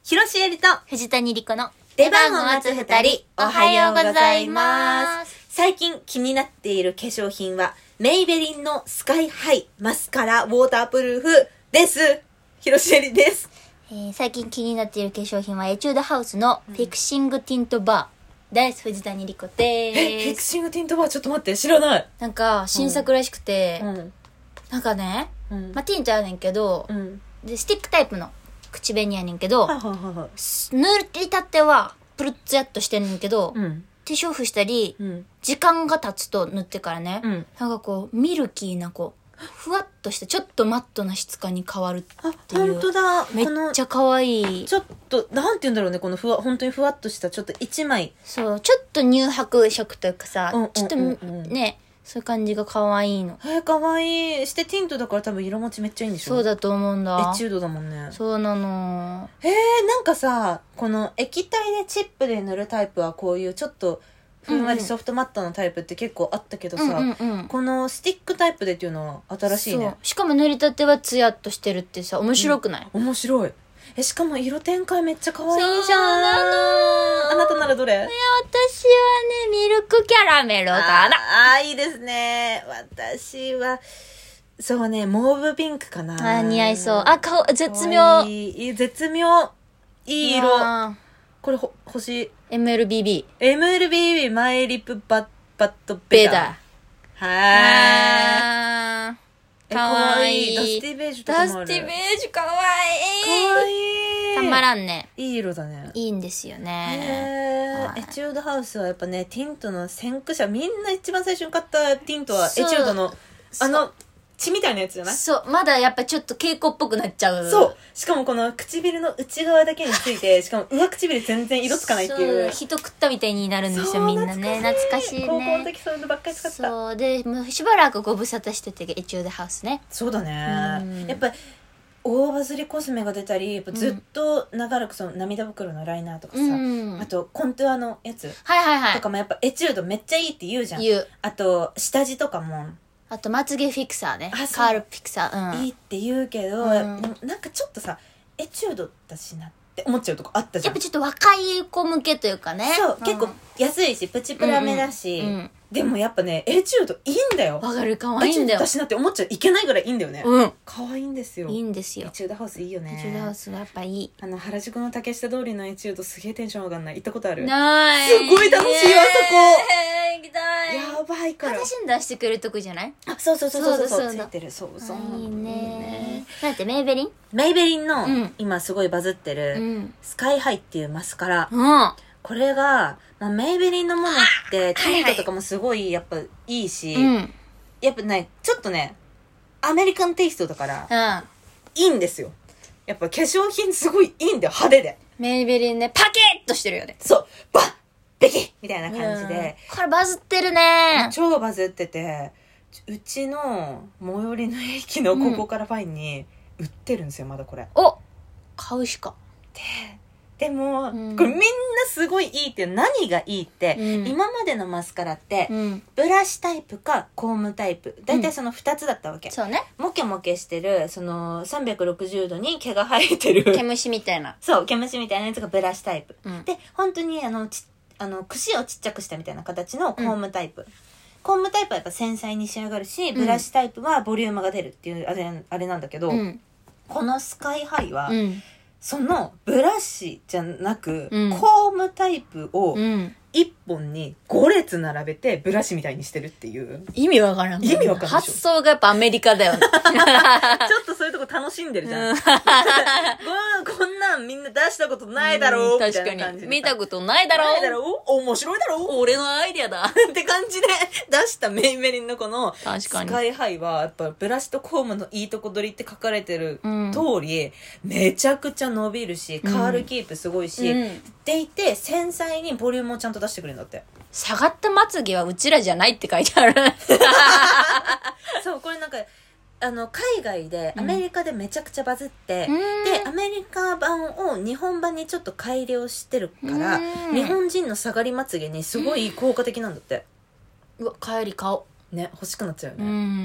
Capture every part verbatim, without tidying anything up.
広瀬えりと藤谷莉子の出番を待つ二人、おはようございます。最近気になっている化粧品はメイベリンのスカイハイマスカラウォータープルーフです。広瀬えりです。 えー、最近気になっている化粧品はエチュードハウスのフィクシングティントバーです。藤谷莉子でーす。 え、フィクシングティントバーちょっと待って、知らない。 なんか新作らしくて、 うん、 なんかね、 うん、 まあ、ティントやねんけど、うん、でスティックタイプの口紅やねんけど、 はいはいはいはい、 塗りたてはプルッツヤっとしてんねんけど、うん、化粧布したり、うん、時間が経つと塗ってからね、うん、なんかこうミルキーなこうふわっとしたちょっとマットな質感に変わるっていう。あ、本当だ。めっちゃ可愛い。 ちょっとなんて言うんだろうね、このふわ本当にふわっとしたちょっと一枚。 そう、ちょっと乳白色というかさ、うんうんうんうん、ちょっとね、そういう感じが可愛いの。 えー、可愛い。してティントだから多分色持ちめっちゃいいんでしょ。 そうだと思うんだ。 エチュードだもんね。 そうなの。 えー、なんかさ、この液体でチップで塗るタイプはこういうちょっとふんわりソフトマットのタイプって結構あったけどさ、うんうんうん、このスティックタイプでっていうのは新しいね。そう。 しかも塗りたてはツヤっとしてるってさ、面白くない？ うん、面白い。え、しかも色展開めっちゃ可愛いじゃん。 そうなの。 あなたならどれ？ え、私はね、ミルクキャラメルかな。 ああ、いいですね。私は、そうね、モーブピンクかな。 あ、似合いそう。あ、顔、絶妙。 いい、絶妙。いい色。これほ、欲しい。 エムエルビービー。 エムエルビービー マイリップバッ、バットベダー。はー。かわいい。ダスティベージュとかもある。 ダスティベージュかわいい。かわいい。 たまらんね。 いい色だね。 いいんですよね。 へー。エチュードハウスはやっぱね、ティントの先駆者、みんな一番最初に買ったティントはエチュードの、あの、血みたいなやつじゃない？ そう。まだやっぱちょっと蛍光っぽくなっちゃう。 そう。しかもこの唇の内側だけについて、しかも上唇全然色つかないっていう。 そう。人食ったみたいになるんですよ、みんなね。懐かしいね。 高校の時そういうのばっかり使った。 そう。で、もうしばらくご無沙汰してて、エチュードハウスね。 そうだね。やっぱり、大バズりコスメが出たり、やっぱずっと長らくその涙袋のライナーとかさ、うん、あとコントゥアのやつ、 はいはいはい、 とかもやっぱエチュードめっちゃいいって言うじゃん。 言う。 あと下地とかも。 あとまつげフィクサーね。カールフィクサー。 うん、いいって言うけど、うん、なんかちょっとさ、エチュードだしなって思っちゃうとこあったじゃん。 やっぱちょっと若い子向けというかね。 そう、うん、結構安いし、プチプラ目だし、うんうん、でもやっぱね、エチュードいいんだよ。 わかる、かわいいんだよ。 エチュードだしなって思っちゃいけないぐらいいいんだよね。うん。かわいいんですよ。 いいんですよ。 エチュードハウスいいよね。 エチュードハウスはやっぱいい。 あの、原宿の竹下通りのエチュードすげえテンション上がんない。行ったことある？ ない。 すごい楽しいよ、あそこ。 行きたい。 やばいから。 肌診断してくれるとこじゃない？ あ、そうそうそうそうそう。ついてる。そうそう。 いいね。だってメイベリン？ メイベリンの、今すごいバズってる、スカイハイっていうマスカラ。 うん。 これが、まあ、メイベリンのものって、ティントとかもすごい、やっぱいいし、うん、やっぱね、ちょっとね、アメリカンテイストだから、うん、いいんですよ。やっぱ化粧品すごいいいんだよ、派手で。 メイベリンね、パキッとしてるよね。 そう、バッベキッみたいな感じで、 うん。これバズってるね。 超バズってて、うちの最寄りの駅のここからファインに売ってるんですよ、まだこれ。 お、買うしか。 で、でも、うん、これみんなすごいいいって何がいいって、うん、今までのマスカラって、うん、ブラシタイプかコームタイプだいたいそのふたつだったわけ、うん、 そうね、 モケモケしてるそのさんびゃくろくじゅうどに毛が生えてる毛虫みたいな、 そう毛虫みたいなやつがブラシタイプ、うん、で本当にあのちあの櫛をちっちゃくしたみたいな形のコームタイプ、うん、コームタイプはやっぱ繊細に仕上がるし、ブラシタイプはボリュームが出るっていうあれ、あれなんだけど、うん、このスカイハイは、うんそのブラシじゃなく、うん、コームタイプをいっぽんにご列並べてブラシみたいにしてるっていう。 意味わからん。 意味わからん。 発想がやっぱアメリカだよね。ちょっとそういうとこ楽しんでるじゃん。うん、こんなんみんな出したことないだろう、うん、みたいな感じで。 見たことないだろう。 ないだろう面白いだろう俺のアイディアだ。 って感じで出したメイベリンのこのスカイハイは、やっぱブラシとコームのいいとこ取りって書かれてる通り、うん、めちゃくちゃ伸びるし、カールキープすごいし、うん、でいて繊細にボリュームをちゃんと出してくれるんだって。 下がったまつげはうちらじゃないって書いてある。 そう、これなんかあの海外でアメリカでめちゃくちゃバズって、うん、でアメリカ版を日本版にちょっと改良してるから、うん、日本人の下がりまつげにすごい効果的なんだって。 うわ、帰り顔ね、欲しくなっちゃうよね、 うん、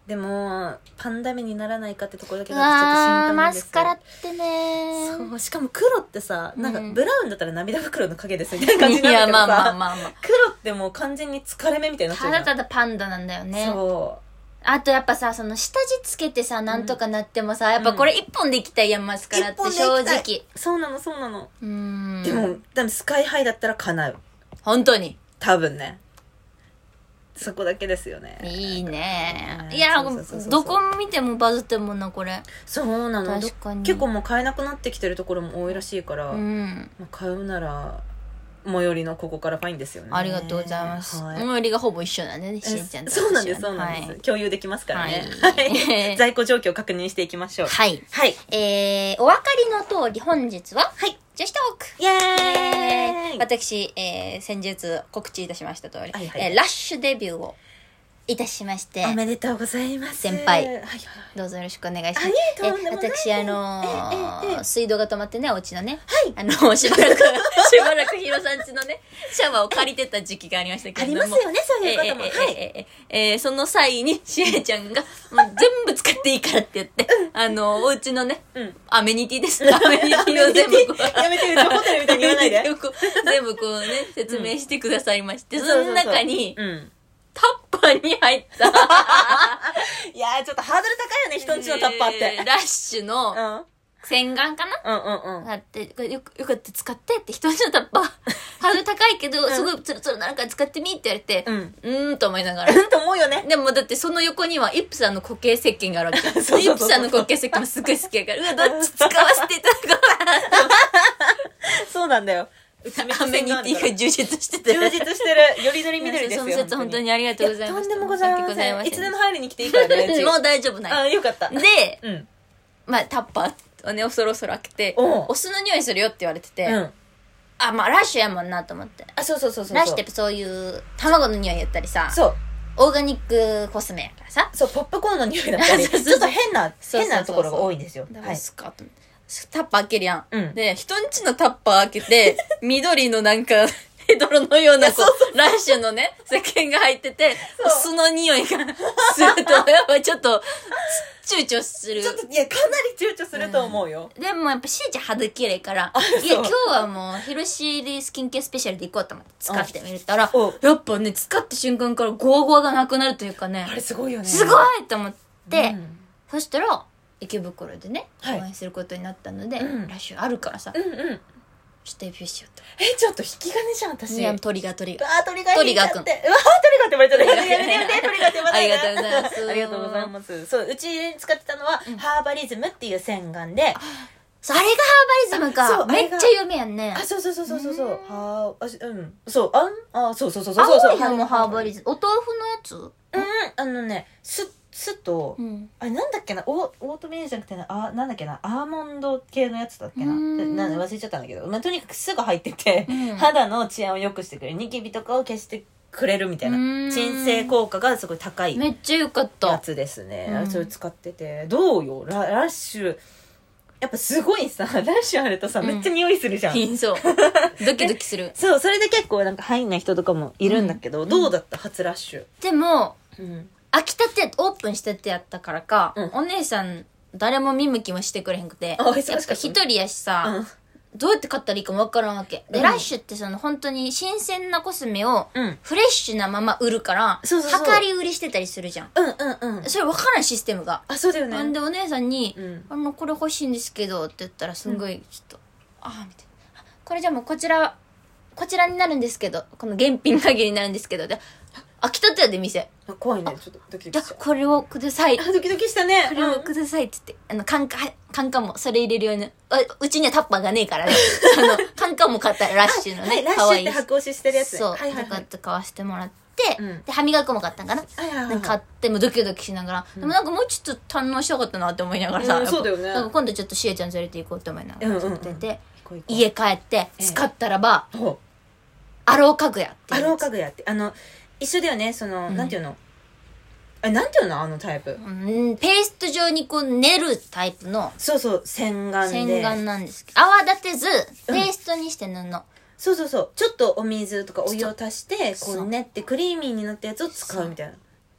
でもパンダ目にならないかってところだけうがちょっと心わー配なんですよ。 マスカラってねそう、しかも黒ってさ、なんかうんブラウンだったら涙袋の影ですみたいな感じいなんだけどさ、 やまあまあまあまあ黒ってもう完全に疲れ目みたいになっちゃうじゃん。 ただただパンダなんだよね。 そあとやっぱさ、その下地つけてさ、なんとかなってもさ、やっぱこれ一本でいきたいやん、マスカラって正一本でい直。 きたい。そうなのそうなの。 うーん。 でも、多分スカイハイだったら叶う。 本当に。 多分ね。そこだけですよね。 いいね。 うんいやそうそうそうそうどこ見てもバズってるもんな、これ。 そうなの。 確かに結構もう買えなくなってきてるところも多いらしいから、 うん。 まあ、買うなら最寄りのここからファインですよね。 ありがとうございます。 はい最寄りがほぼ一緒なんでね、しんちゃんと私は。 そうなんですそうなんです、 はい共有できますからね、 ははいい、在庫状況を確認していきましょう。 はい。 はいえー、お分かりの通り本日は、 はい女子トークイエーイ。 私、えー、先日告知いたしました通り、 はいはいえーラッシュデビューをいたしまして、 おめでとうございます先輩はいはいどうぞよろしくお願いします。 あいえとんでもない私、あのーええええ水道が止まってね、お家のね、 はいあの、しばらく、しばらくヒロさん家のね、シャワーを借りてた時期がありましたけありれども。 ますよねそういうことも、 ええはいえええええーその際に、しえちゃんが、もう全部使っていいからって言って、あの、お家のね、 うんアメニティです。アメニティを全部こう、 やめてうちホテルみたいに言わないでこう全部こうね、説明してくださいまして、 うんその中に、 そうそうそううんタッパーに入った、 いやーちょっとハードル高いよね人んちのタッパーって、 えーラッシュのうん洗顔かなうんうんうんあってこれよくよかった使ってって人んちのタッパーハードル高いけどすごいツルツルなるから使ってみって言われてうんうーんと思いながらうんと思うよね。 でもだってその横にはイップさんの固形石鹸があるわけそうそうそうイップさんの固形石鹸もすごい好きやからうわどっち使わせていただこうかなそうなんだよ。うちめっちゃアメニティが充実してて充実してる。よりどり緑ですよ。 その説本当にありがとうございます。 やとんでもございま申し訳ございせん。 ませんいつでも入りに来ていいからね。うちもう大丈夫ないあ、よかった。 でうん。 まあタッパーをねそろそろ開けておうお酢の匂いするよって言われてて、 うん。 あまあラッシュやもんなと思ってあ、そうそうそうそう。 ラッシュってそういう卵の匂いやったりさそう。 オーガニックコスメやからさそう、ポップコーンの匂いだったり、 そうそうそうちょっと変な、 そうそうそう変なところが多いんですよ。 どはい。 うすかと思ってタッパー開けるやん、 うんで人んちのタッパー開けて緑のなんかヘドロのようなこうラッシュのね石鹸が入っててそう酢の匂いがするとやっぱちょっと躊躇するちょっと、いや、かなり躊躇すると思うよ。 でもやっぱしーちゃん肌綺麗からそういや今日はもうヘルシースキンケアスペシャルで行こうと思って使ってみたらおやっぱね使った瞬間からゴワゴワがなくなるというかねあれすごいよね。 すごいと思って、 うんそしたら池袋でねはい応援することになったので、 うんラッシュあるからさ、 うんうん。 ちょっとデビューしようとえ、ちょっと引き金じゃん、私。 いや鳥が鳥があー、鳥が鳥が引いちゃって。うわー、鳥がって言われちゃった。やめてやめてやめて、鳥がって言わないで。 ありがとうございますありがとうございます。そう、うち使ってたのは、ハーバリズムっていう洗顔で、 そうあれがハーバリズムあそうかめっちゃ有名やんねあ、そうそうそうそうそうそう。はー、あし、うん。そう、あん、あ、そうそうそうそうそう。 青いのもハーバリズムお豆腐のやつうん、あのね、す、すと、 うんあれなんだっけな、オーオートミールじゃなくてな、あ、なんだっけな、アーモンド系のやつだっけな。 うーんな忘れちゃったんだけど、まあ、とにかく酢が入ってて、 うん肌のツヤを良くしてくれる、ニキビとかを消してくれるみたいな、 うーん鎮静効果がすごい高いめっちゃよかっやたつですね。 うんそれ使ってて、どうよ、ララッシュ、やっぱすごいさ、ラッシュあるとさ、 うんめっちゃ匂いするじゃん。 いいそうドキドキするそう、それで結構なんか入んない人とかもいるんだけど、 んどうだった初ラッシュ。 でもうん。 開きたてオープンしたてやったからか、 うんお姉さん誰も見向きもしてくれへんくてあ忙しかったやっぱ一人やしさ、 うん。 どうやって買ったらいいかもわからんわけで、 うんラッシュってその本当に新鮮なコスメをうん。 フレッシュなまま売るからそうそうそう量り売りしてたりするじゃんうんうんうん。 それわからんシステムが、 あ、そうだよね。 なんでお姉さんに、 うんあのこれ欲しいんですけどって言ったらすんごいちょっと、ああみたいなあこれじゃあもうこちらこちらになるんですけどこの現品限りになるんですけどで開きたてやで店あ怖いね。ちょっとドキじゃドキしちゃう。 これをくださいあ、ドキドキしたね。 これをくださいって言って、あの、カンカン、カンカンも、それ入れるように、あうちにはタッパーがねえからね。あの、カンカンも買ったらラッシュのね、 はい、ラッ可愛いシュって箱押ししてるやつね。 そう、 はいはいとかはい。 って買わせてもらって、 うんで、歯磨きも買ったんかな。 はいはいはい。 買ってもドキドキしながら、でもなんかもうちょっと堪能したかったなって思いながらさ、 うんやっぱそうだよねなんか今度ちょっとしえちゃん連れて行こうと思いながらうんうんうんやってて、 こういう家帰って使ったらば、 ほうアロー家具やっていうやつ。 アロー家具やって。あの、一緒だよね、その、 うんなんていうのあれ、なんていうのあのタイプ。 うん、ペースト状にこう練るタイプのそうそう、洗顔で。 洗顔なんですけど、泡立てず、ペーストにして塗るの。 そうそうそう。ちょっとお水とかお湯を足して、こそうう練ってクリーミーになったやつを使うみたいな。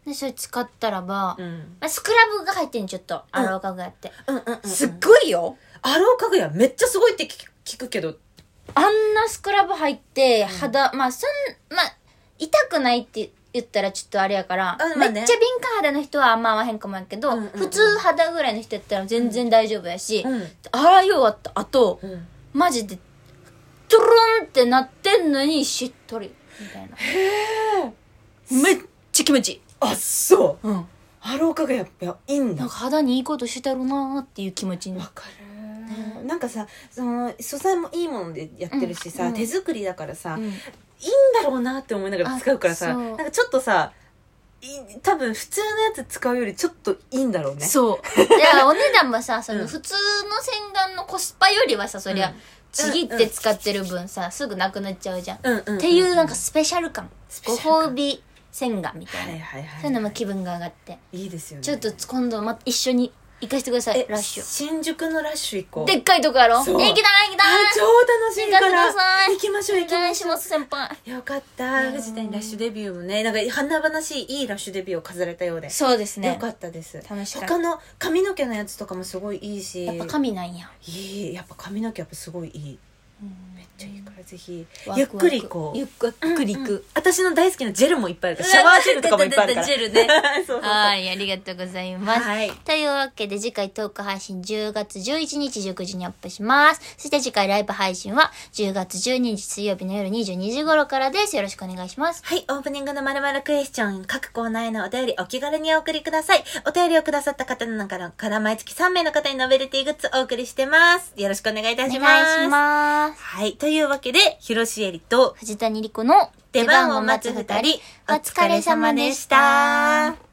で、それ使ったらば、 うんまあ、スクラブが入ってんちょっと、アロー家具やって。 うんうんうんうん。 すっごいよ。 アロー家具やめっちゃすごいって聞聞くけど。 あんなスクラブ入って、肌、うん、まあ、そん、まあ、痛くないって言ったらちょっとあれやから、まあね、めっちゃ敏感肌の人はあんま合わへんかもやけど、うんうんうん、普通肌ぐらいの人やったら全然大丈夫やし、うん、洗い終わった後、うん、マジで、トゥルンってなってんのにしっとり、みたいな。 へー。めっちゃ気持ちいい。 あ、そう。 うん。 アロー家具やっぱいいんだ。 なんか肌にいいことしてるなーっていう気持ちに。 わかる、ね。なんかさ、その、素材もいいものでやってるしさ、うん、手作りだからさ、うん、いいんだろうなって思いながら使うからさ、なんかちょっとさ、多分普通のやつ使うよりちょっといいんだろうね。 そう。いや、お値段もさ、その普通の洗顔のコスパよりはさ、そりゃ、ちぎって使ってる分さ、すぐなくなっちゃうじゃん。うんうんうんうん、っていうなんかスペシャル感。ご褒美洗顔みたいな。はいはいはいはい、そういうのも気分が上がって。 いいですよね。 ちょっと今度ま一緒に行かせてください、ラッシュ。 新宿のラッシュ行こう。 でっかいとこやろ。行きたい行きたい。 超楽しいから。行かせてください。行きましょう行きましょう。お願いします先輩。 よかった。藤谷ラッシュデビューもね、なんか華々しいいいラッシュデビューを飾れたようで。 そうですね。 よかったです。 楽しかった。 他の髪の毛のやつとかもすごいいいし。 やっぱ髪なんや。 いい。やっぱ髪の毛やっぱすごいいい。めっちゃいいからぜひゆっくりこうゆっくり行く、うんうん、 私の大好きなジェルもいっぱいあるからシャワージェルとかもいっぱいあるからジェルねそうそうそう、はいありがとうございます、はい、というわけで次回トーク配信じゅうがつじゅういちにちじゅうくじにアップします。そして次回ライブ配信はじゅうがつじゅうににち水曜日の夜にじゅうにじ頃からです。よろしくお願いします。 はい、オープニングのまるまるクエスチョン各コーナーへのお便りお気軽にお送りください。お便りをくださった方の中から毎月さんめいの方にノベルティグッズお送りしてます。よろしくお願いいたします。 お願いします。 はい、というわけで広瀬えりと藤谷莉子の出番を待つ二人お疲れ様でした。